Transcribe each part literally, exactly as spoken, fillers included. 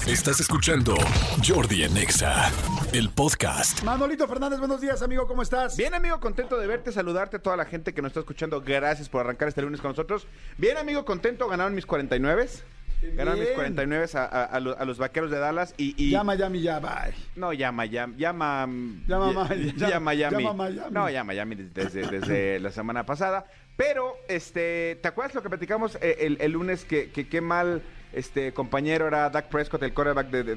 Estás escuchando Jordi en Exa, el podcast. Manolito Fernández, buenos días, amigo, ¿cómo estás? Bien, amigo, contento de verte, saludarte a toda la gente que nos está escuchando. Gracias por arrancar este lunes con nosotros. Bien, amigo, contento, ganaron mis cuarenta y nueve. Ganaron mis cuarenta y nueve a, a, a, los, a los vaqueros de Dallas y... y... Llama, Miami, ya, bye. No, llama, llama, llama... Llama, llama, llama, Miami. llama Miami. No, llama, Miami desde, desde la semana pasada. Pero, este, ¿te acuerdas lo que platicamos el, el, el lunes? Que qué mal... Este compañero era Dak Prescott, el quarterback de, de,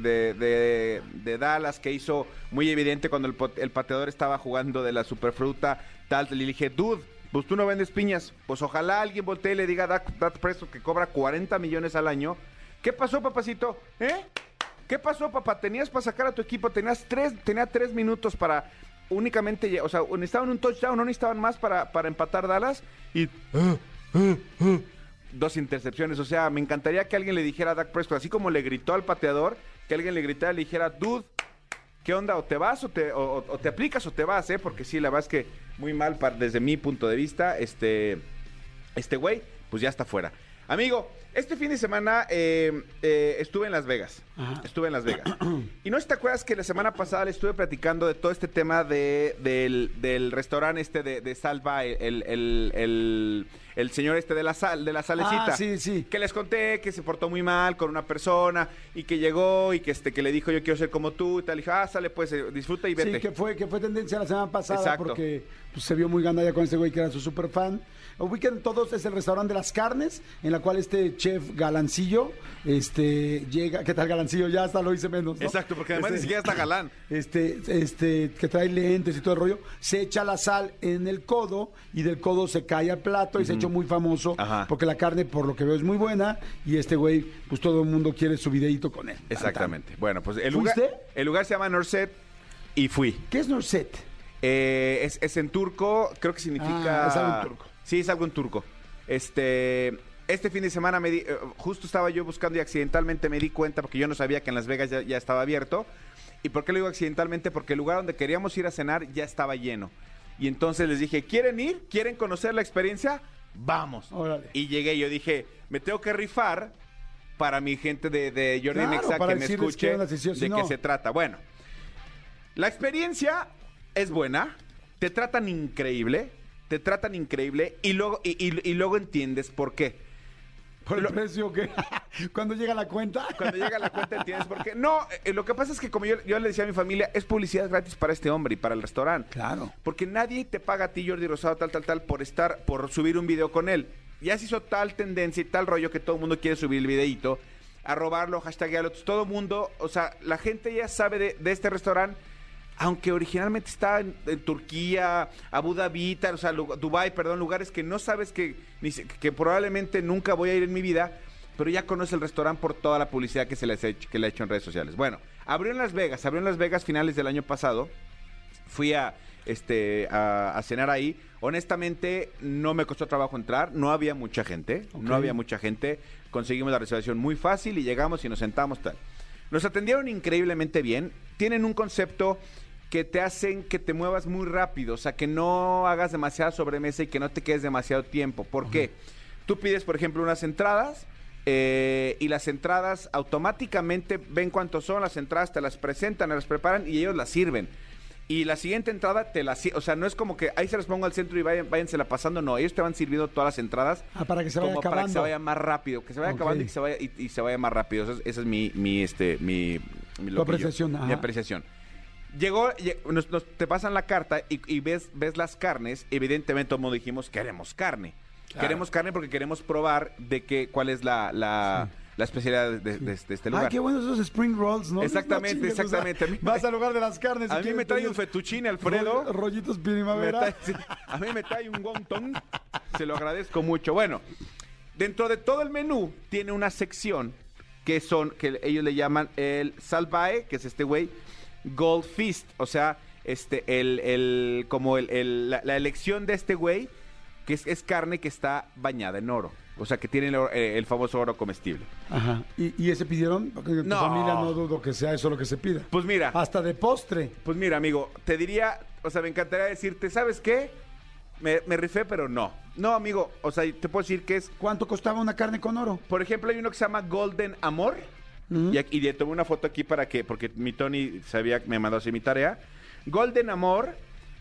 de, de Dallas, que hizo muy evidente cuando el, el pateador estaba jugando de la superfruta, tal. Le dije, dude, pues tú no vendes piñas. Pues ojalá alguien voltee y le diga a Dak, Dak Prescott, que cobra cuarenta millones al año. ¿Qué pasó, papacito? ¿Eh? ¿Qué pasó, papá? Tenías para sacar a tu equipo, tenías tres, tenía tres minutos para únicamente, o sea, necesitaban un touchdown, no necesitaban más para, para empatar Dallas y... Uh, uh, uh. Dos intercepciones, o sea, me encantaría que alguien le dijera a Dak Prescott, así como le gritó al pateador, que alguien le gritara y le dijera, dude, ¿qué onda? ¿O te vas o te, o, o te aplicas o te vas, eh? Porque sí, la verdad es que muy mal para, desde mi punto de vista, este, este güey, pues ya está fuera. Amigo, este fin de semana eh, eh, estuve en Las Vegas, Ajá. estuve en Las Vegas, y no sé si te acuerdas que la semana pasada le estuve platicando de todo este tema de, del, del restaurante este de, de Salva, el, el, el, el señor este de la sal, de la salecita, ah, sí, sí. que les conté que se portó muy mal con una persona, y que llegó, y que este que le dijo, yo quiero ser como tú, y tal, y dijo, ah, sale pues, disfruta y vete. Sí, que fue, que fue tendencia la semana pasada, Exacto. porque pues, se vio muy gandalla con este güey que era su super fan. Ubiquen todos, es el restaurante de las carnes, en la cual este chef Galancillo, este, llega, ¿qué tal Galancillo? Ya hasta lo hice menos, ¿no? Exacto, porque además este, ni siquiera está galán. Este, este, que trae lentes y todo el rollo, se echa la sal en el codo, y del codo se cae al plato, y uh-huh. se ha hecho muy famoso, Ajá. porque la carne, por lo que veo, es muy buena, y este güey, pues todo el mundo quiere su videíto con él. Exactamente. Tan, tan. Bueno, pues el ¿Fuiste? lugar, el lugar se llama Norset, y fui. ¿Qué es Norset? Eh, es, es en turco, creo que significa... Ah, es algo en turco. Sí, es algo en turco. Este, este fin de semana me di, justo estaba yo buscando y accidentalmente me di cuenta, porque yo no sabía que en Las Vegas ya, ya estaba abierto. ¿Y por qué lo digo accidentalmente? Porque el lugar donde queríamos ir a cenar ya estaba lleno. Y entonces les dije, ¿quieren ir? ¿Quieren conocer la experiencia? ¡Vamos! Órale. Y llegué, yo dije, me tengo que rifar para mi gente de, de Jordi claro, Nexa que me escuche que decisión, de si qué no. se trata. Bueno, la experiencia es buena, te tratan increíble, te tratan increíble y luego, y, y, y luego entiendes por qué. ¿Por el lo, precio que cuando llega la cuenta? Cuando llega la cuenta entiendes por qué. No, eh, lo que pasa es que como yo, yo le decía a mi familia, es publicidad gratis para este hombre y para el restaurante. Claro. Porque nadie te paga a ti, Jordi Rosado, tal, tal, tal, por estar, por subir un video con él. Ya se hizo tal tendencia y tal rollo que todo el mundo quiere subir el videíto, a robarlo, hashtaguearlo. Todo el mundo, o sea, la gente ya sabe de, de este restaurante, aunque originalmente está en, en Turquía, Abu Dhabi, o sea, Dubái, perdón, lugares que no sabes que, ni, que probablemente nunca voy a ir en mi vida, pero ya conoce el restaurante por toda la publicidad que se les ha hecho, que le ha hecho en redes sociales. Bueno, abrió en Las Vegas, abrió en Las Vegas finales del año pasado. Fui a, este, a, a cenar ahí. Honestamente, no me costó trabajo entrar, no había mucha gente, okay. no había mucha gente. Conseguimos la reservación muy fácil y llegamos y nos sentamos tal. Nos atendieron increíblemente bien. Tienen un concepto que te hacen que te muevas muy rápido, o sea, que no hagas demasiada sobremesa y que no te quedes demasiado tiempo. ¿Por uh-huh. qué? Tú pides, por ejemplo, unas entradas eh, y las entradas automáticamente ven cuántos son, las entradas te las presentan, las preparan y ellos las sirven. Y la siguiente entrada te la... O sea, no es como que ahí se las pongo al centro y vayan, váyansela pasando. No, ellos te van sirviendo todas las entradas. Ah, para que se vaya como acabando. Para que se vaya más rápido. Que se vaya okay. acabando y, que se vaya, y, y se vaya más rápido. Esa es, esa es mi, mi, este, mi... mi tu apreciación. Yo, mi apreciación. Llegó, nos, nos, te pasan la carta y, y ves, ves las carnes. Evidentemente, todo el mundo dijimos, queremos carne. Claro. Queremos carne porque queremos probar de qué, cuál es la... la sí. La especialidad de, de, de, de este lugar. Ay, qué buenos esos spring rolls, ¿no? Exactamente, no chingues, exactamente. O sea, vas al lugar de las carnes. A mí me trae un fettuccine, Alfredo. Ro rollitos primavera. Trae, sí, a mí me trae un wonton. Se lo agradezco mucho. Bueno, dentro de todo el menú tiene una sección que son, que ellos le llaman el salvae, que es este güey, Gold Feast. O sea, este, el, el, como el, el la, la elección de este güey, que es, es carne que está bañada en oro. O sea, que tiene el, eh, el famoso oro comestible. Ajá. ¿Y, y ese pidieron? Porque tu no. familia no dudo que sea eso lo que se pida. Pues mira. Hasta de postre. Pues mira, amigo, te diría, o sea, me encantaría decirte, ¿sabes qué? Me, me rifé, pero no. No, amigo, o sea, te puedo decir que es... ¿Cuánto costaba una carne con oro? Por ejemplo, hay uno que se llama Golden Amor. y, aquí- y le tomé una foto aquí para que, porque mi Tony sabía, me mandó así mi tarea. Golden Amor,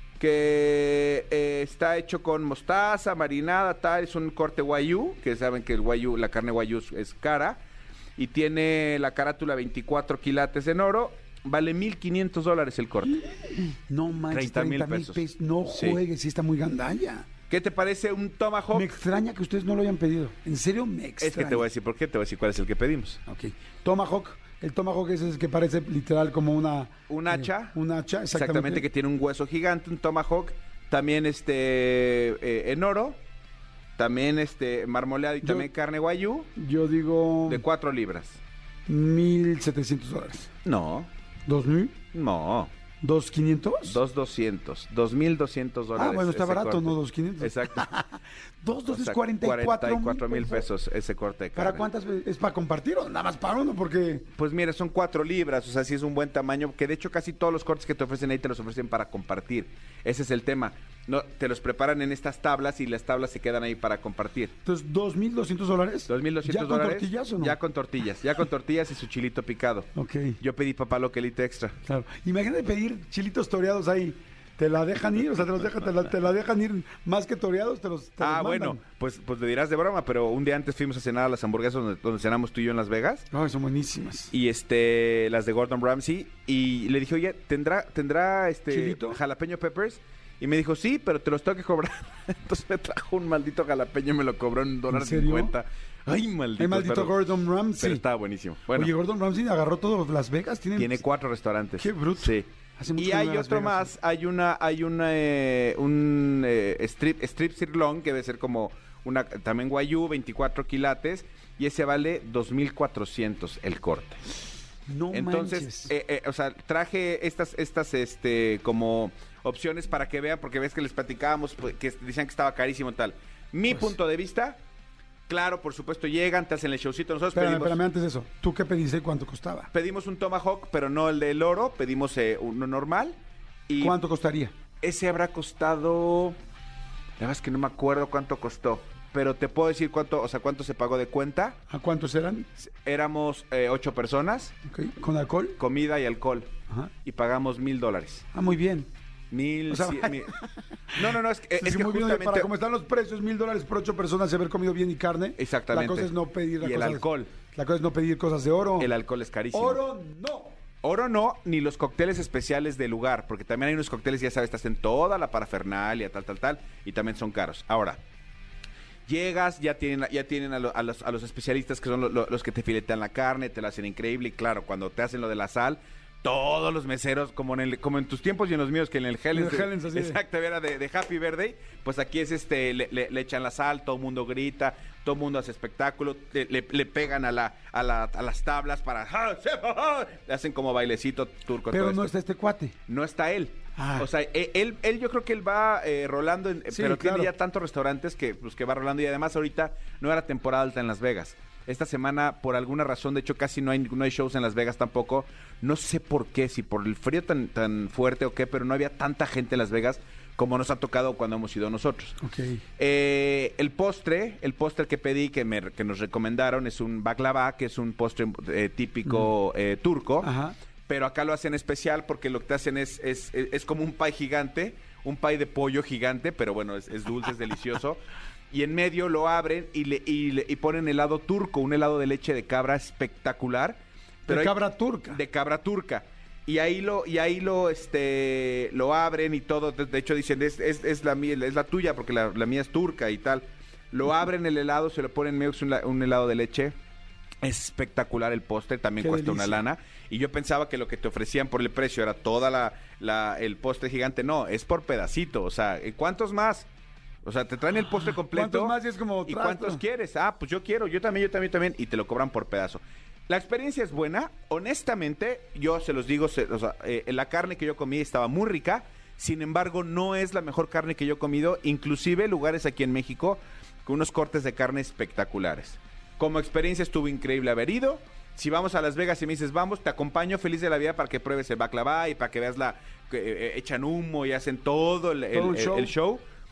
que eh, está hecho con mostaza, marinada, tal, es un corte Wagyu, que saben que el Wagyu, la carne Wagyu es- es cara, y tiene la carátula veinticuatro quilates en oro, vale mil quinientos dólares el corte. No manches, treinta mil treinta mil pesos. pesos. No Sí. juegues, sí está muy gandalla. ¿Qué te parece un Tomahawk? Me extraña que ustedes no lo hayan pedido. En serio, me extraña. Es que te voy a decir por qué, te voy a decir cuál es el que pedimos. Ok. Tomahawk. El Tomahawk es el que parece literal como una... Un hacha. eh, un hacha, exactamente. Exactamente, que tiene un hueso gigante, un Tomahawk, también este eh, en oro, también este marmoleado y Yo- también carne Wagyu Yo digo... de cuatro libras. mil setecientos dólares. No, ¿Dos mil? no, ¿Dos quinientos? dos doscientos, dos mil doscientos dólares. Ah, bueno, está ese barato, corte. no dos quinientos. Exacto. Dos, dos O sea, es cuarenta y cuatro mil pesos ese corte de carne. ¿Para cuántas veces? ¿Es para compartir o nada más para uno? Porque... Pues mira, son cuatro libras, o sea, sí es un buen tamaño, que de hecho casi todos los cortes que te ofrecen ahí te los ofrecen para compartir. Ese es el tema. No, te los preparan en estas tablas y las tablas se quedan ahí para compartir. Entonces, ¿dos mil doscientos dólares? dos mil doscientos ¿Ya con dólares. tortillas o no? Ya con tortillas, ya con tortillas y su chilito picado. Ok, Yo pedí papá loquelito extra. claro. Imagínate pedir chilitos toreados ahí. ¿Te la dejan ir? O sea, te, los dejan, te, la, te la dejan ir más que toreados, te los, te Ah, los bueno, mandan. pues, pues le dirás de broma, pero un día antes fuimos a cenar a las hamburguesas donde, donde cenamos tú y yo en Las Vegas. Ay, son buenísimas. Y este, las de Gordon Ramsay. Y le dije, oye, ¿tendrá, tendrá este ¿Chilito? jalapeño peppers? Y me dijo, sí, pero te los tengo que cobrar. Entonces me trajo un maldito jalapeño y me lo cobró en un dólar serio? cincuenta. Ay, maldito. El maldito pero, Gordon Ramsay. pero estaba buenísimo. Bueno, Oye, Gordon Ramsay agarró todo Las Vegas. Tiene, tiene cuatro restaurantes. Qué bruto. Sí. Hace mucho Y que no hay voy a Las otro Vegas, más, hay una, hay una, eh, un eh, strip, strip sirloin que debe ser como una, también Wagyu, veinticuatro quilates, y ese vale dos mil cuatrocientos el corte. No Entonces, manches. eh, eh, o sea, traje estas, estas, este, como opciones para que vean, porque ves que les platicábamos pues, que decían que estaba carísimo y tal. Mi Pues- punto de vista, claro, por supuesto, llegan, te hacen el showcito. Nosotros Espérame, pedimos, espérame, antes de eso. ¿Tú qué pediste y cuánto costaba? pedimos un Tomahawk, pero no el del oro, pedimos eh, uno normal. Y ¿Cuánto costaría? ese habrá costado, la verdad es que no me acuerdo cuánto costó, pero te puedo decir cuánto, o sea, cuánto se pagó de cuenta. ¿A cuántos eran? Éramos eh, ocho personas, Ok. ¿Con alcohol? comida y alcohol, Ajá. y pagamos mil dólares. Ah, muy bien. Mil, O sea, cien- mil- No, no, no, es, que- es Sí, que muy bien, oye, justamente... para como están los precios, mil dólares por ocho personas y haber comido bien y carne. Exactamente. La cosa es no pedir la Y el cosa- alcohol. La cosa es no pedir cosas de oro. El alcohol es carísimo. Oro, no. Oro no, ni los cócteles especiales del lugar, porque también hay unos cócteles, ya sabes, te hacen toda la parafernalia, tal, tal, tal, y también son caros. Ahora, llegas, ya tienen, ya tienen a, lo- a los, a los especialistas que son lo- lo- los que te filetean la carne, te la hacen increíble, y claro, cuando te hacen lo de la sal, todos los meseros, como en, el, como en tus tiempos y en los míos, que en el Helens, En el Helens, así de- exacto, era de, de Happy Birthday, pues aquí es este, le, le- le echan la sal, todo el mundo grita, todo el mundo hace espectáculo, le, le- le pegan a, la, a, la- a las tablas para... Le hacen como bailecito turco. Pero todo no esto. está este cuate. No está él. Ah. O sea, e- él, él yo creo que él va eh, rolando, en- Sí, pero claro. tiene ya tantos restaurantes que, pues, que va rolando, y además ahorita no era temporada alta en Las Vegas. Esta semana, por alguna razón, de hecho casi no hay, no hay shows en Las Vegas tampoco. No sé por qué, si por el frío tan, tan fuerte o qué, pero no había tanta gente en Las Vegas como nos ha tocado cuando hemos ido nosotros. Ok. Eh, el postre, el postre que pedí, que, me, que nos recomendaron, es un baklava, que es un postre eh, típico eh, turco. Ajá. Pero acá lo hacen especial porque lo que te hacen es, es, es, es como un pie gigante, un pie de pollo gigante, pero bueno, es, es dulce, es delicioso. Y en medio lo abren y le, y le y ponen helado turco, un helado de leche de cabra espectacular. Pero de hay- cabra turca. de cabra turca. Y ahí lo, y ahí lo, este, lo abren y todo. De, de hecho dicen, es, es, es la mía, es la tuya, porque la, la mía es turca y tal. Lo abren el helado, se lo ponen en medio, es un, la- un helado de leche. Es espectacular el postre, también Qué cuesta delicia. una lana. Y yo pensaba que lo que te ofrecían por el precio era toda la, la el postre gigante. No, es por pedacito. O sea, ¿cuántos más? O sea, te traen el postre completo. ¿Cuántos más? Y es como, ¿Y tras, cuántos tras. quieres? Ah, pues yo quiero, yo también, yo también, también. Y te lo cobran por pedazo. La experiencia es buena. Honestamente, yo se los digo, se- o sea, eh, la carne que yo comí estaba muy rica. Sin embargo, no es la mejor carne que yo he comido. Inclusive lugares aquí en México con unos cortes de carne espectaculares. Como experiencia estuvo increíble haber ido. Si vamos a Las Vegas y me dices, vamos, te acompaño feliz de la vida para que pruebes el baklava y para que veas la... que, eh, echan humo y hacen todo el, el- Todo un el- show. el show.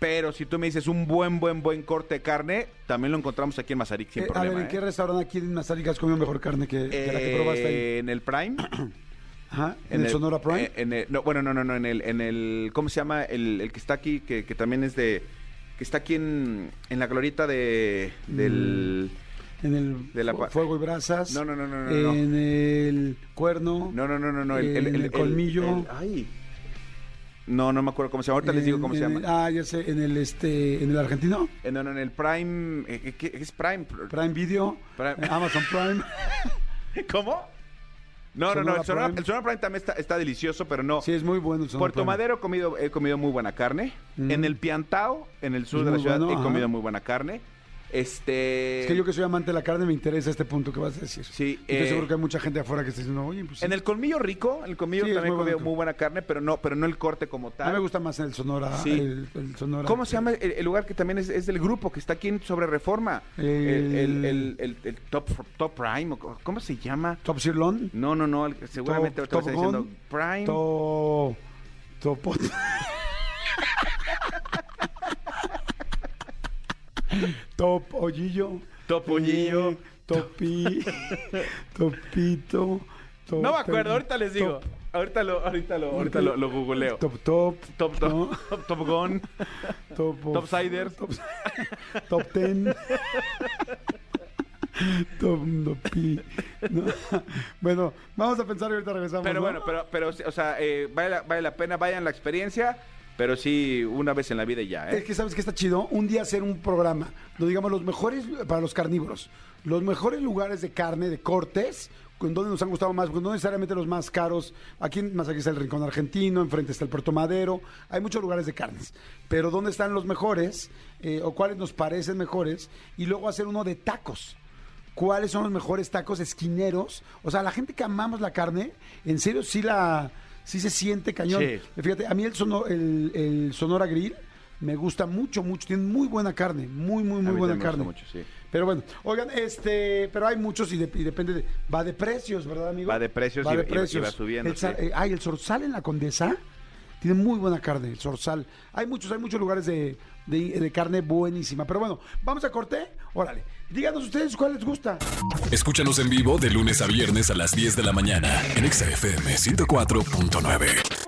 Pero si tú me dices un buen, buen, buen corte de carne, también lo encontramos aquí en Mazarik sin Eh, problema. a ver, ¿en ¿eh? qué restaurante aquí en Mazarik has comido mejor carne que, que la que probaste ahí? Eh, En el Prime. Ajá, ¿en, el Sonora Prime? eh, en el- no, bueno, no, no, no, en el, en el, ¿cómo se llama? El, el que está aquí, que, que también es de, que está aquí en, en la glorieta de, del, en el de la fu- pa- Fuego y Brasas. No, no, no, no, no, no. En el Cuerno. no, no, no, no, no, el, el, En el- el Colmillo. el- ay. No, no me acuerdo cómo se llama, ahorita les digo cómo en- se en- llama. Ah, ya sé, en el este, en el argentino, Eh, no, no, en el Prime, eh, ¿qué es Prime? Prime Video, Prime. eh, Amazon Prime. ¿Cómo? No, no, no, Sonora el Sonora, Prime. el Sonora Prime también está, está delicioso, pero no. Sí, es muy bueno el Sonora Puerto Prime. Madero he comido, he comido muy buena carne. Mm. En el Piantao, en el sur Es de la muy ciudad, bueno, he ajá. comido muy buena carne. Este. Es que yo que soy amante de la carne me interesa este punto que vas a decir. Sí, Y estoy eh, seguro que hay mucha gente afuera que está diciendo, oye, pues sí. En el colmillo rico, en el colmillo Sí, es también he muy comido bueno. muy buena carne, pero no, pero no el corte como A mí tal. me gusta más en el Sonora. Sí. El, el Sonora. ¿Cómo se llama el, el lugar que también es, es del grupo, que está aquí en sobre Reforma? El- El, el, el- el- el top, top Prime, o ¿cómo se llama? Top Sirloin. No, no, no, el- seguramente Top- ahorita vas a Top diciendo Gun, Prime. To... Topo... Top Ollillo. Topollillo. eh, Topi. Topito. Top- No me acuerdo, ahorita les digo. Top- Ahorita lo, ahorita lo, ahorita lo, lo googleo. Top Top. Top, top, ¿no? top, top Gun. Top, Top Cider. Top, top Ten. Top Topi. ¿no? Bueno, vamos a pensar y ahorita regresamos. Pero ¿no? bueno, pero, pero, o sea, eh, vale, la, vale la pena, vayan la experiencia, pero sí una vez en la vida y ya, Es ¿eh? que sabes que está chido un día hacer un programa donde digamos los mejores para los carnívoros, los mejores lugares de carne, de cortes, con donde nos han gustado más, no necesariamente los más caros. Aquí más aquí está el Rincón Argentino, enfrente está el Puerto Madero, hay muchos lugares de carnes, pero dónde están los mejores eh, o cuáles nos parecen mejores y luego hacer uno de tacos. ¿Cuáles son los mejores tacos esquineros? O sea, la gente que amamos la carne, en serio sí la sí se siente cañón. Sí. Fíjate, a mí el, sono- el, el Sonora Grill me gusta mucho, mucho. Tiene muy buena carne, muy, muy, A muy mí buena también me carne. gusta mucho, sí. Pero bueno, oigan, este, pero hay muchos y, de- y depende de, va de precios, ¿verdad, amigo? Va de precios Va y- de y- y precios. va subiendo, El sa- sí. eh, ay, el Zorzal en la Condesa tiene muy buena carne, el Zorzal. Hay muchos, hay muchos lugares de, de, de carne buenísima. Pero bueno, vamos a corte. Órale, díganos ustedes cuál les gusta. Escúchanos en vivo de lunes a viernes a las diez de la mañana en Exa F M ciento cuatro punto nueve.